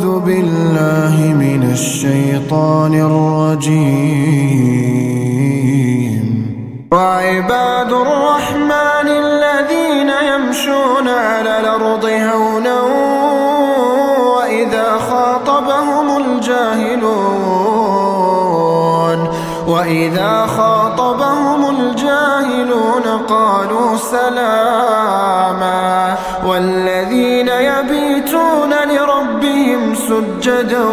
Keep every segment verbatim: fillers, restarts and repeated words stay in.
أعوذ بالله من الشيطان الرجيم. وعباد الرحمن الذين يمشون على الأرض هونا وإذا خاطبهم الجاهلون وإذا خاطبهم الجاهلون قالوا سلاما. والذين يبيتون لربهم سجدا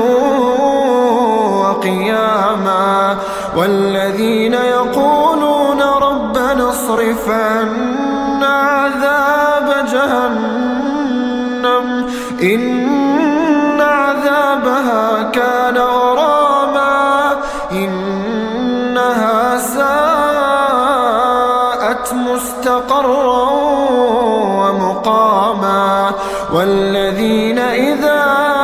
وقياما والذين يقولون ربنا اصرف عنا عذاب جهنم إن عذابها كان غراما إنها ساءت مستقرا ومقاما. والذين إذا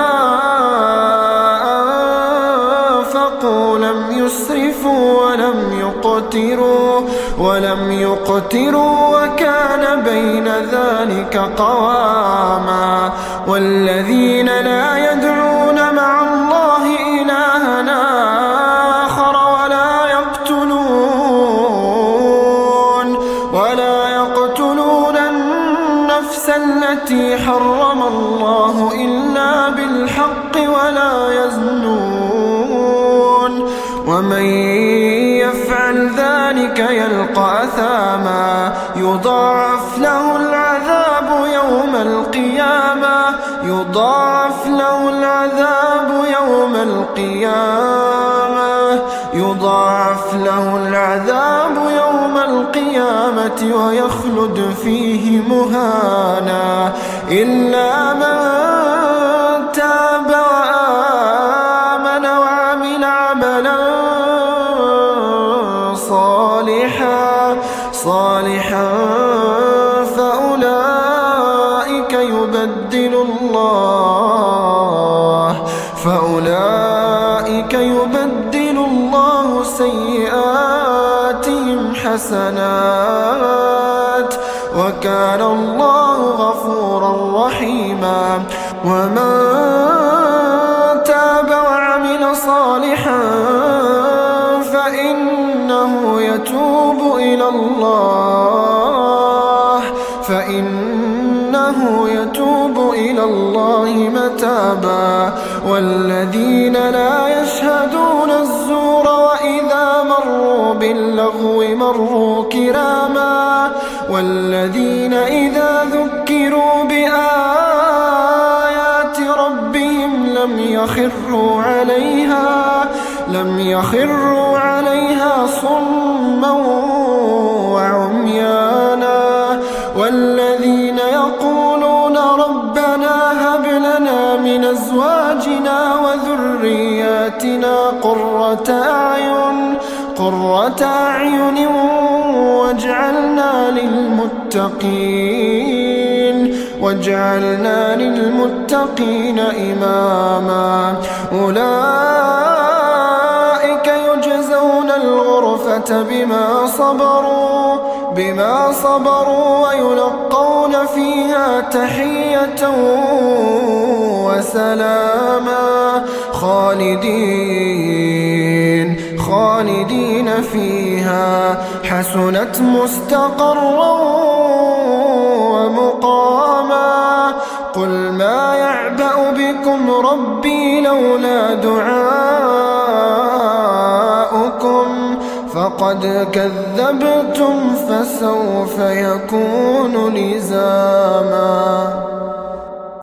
أنفقوا لم يسرفوا ولم يقتروا ولم يقتروا وكان بين ذلك قواما. والذين لا يدعون مع الله إلها آخر ولا يقتلون ولا يقتلون النفس التي حرم الله إلا بالحق ولا يزنون ومن يفعل ذلك يلقى أثاما يضاعف له العذاب يوم القيامة يضاعف له العذاب يوم القيامة يضاعف له العذاب يوم القيامة ويخلد فيه مهانا إلا من تاب وآمن وعمل عملا صالحا صالحا فأولئك يبدل الله فأولئك يبدل الله سيئاتهم حسنات وكان الله غفورا رحيما. ومن تاب وعمل صالحا فإنه يتوب إلى الله فإنه يتوب إلى الله متابا. والذين لا يشهدون الزور وإذا مروا باللغو مروا كراما. والذين إذا ذكروا بآيات ربهم لم يخروا عليها لم يخروا عليها صما وعميانا. والذين يقولون ربنا هب لنا من أزواجنا وذرياتنا قرة أعين قرة أعين واجعلنا للمتقين واجعلنا للمتقين إماما. أولئك يجزون الغرفة بما صبروا بما صبروا ويلقون فيها تحية وسلاما خالدين خالدين فيها حسنت مستقرا ومقاما. قل ما يعبأ بكم ربي لولا دعاؤكم فقد كذبتم فسوف يكون لزاما.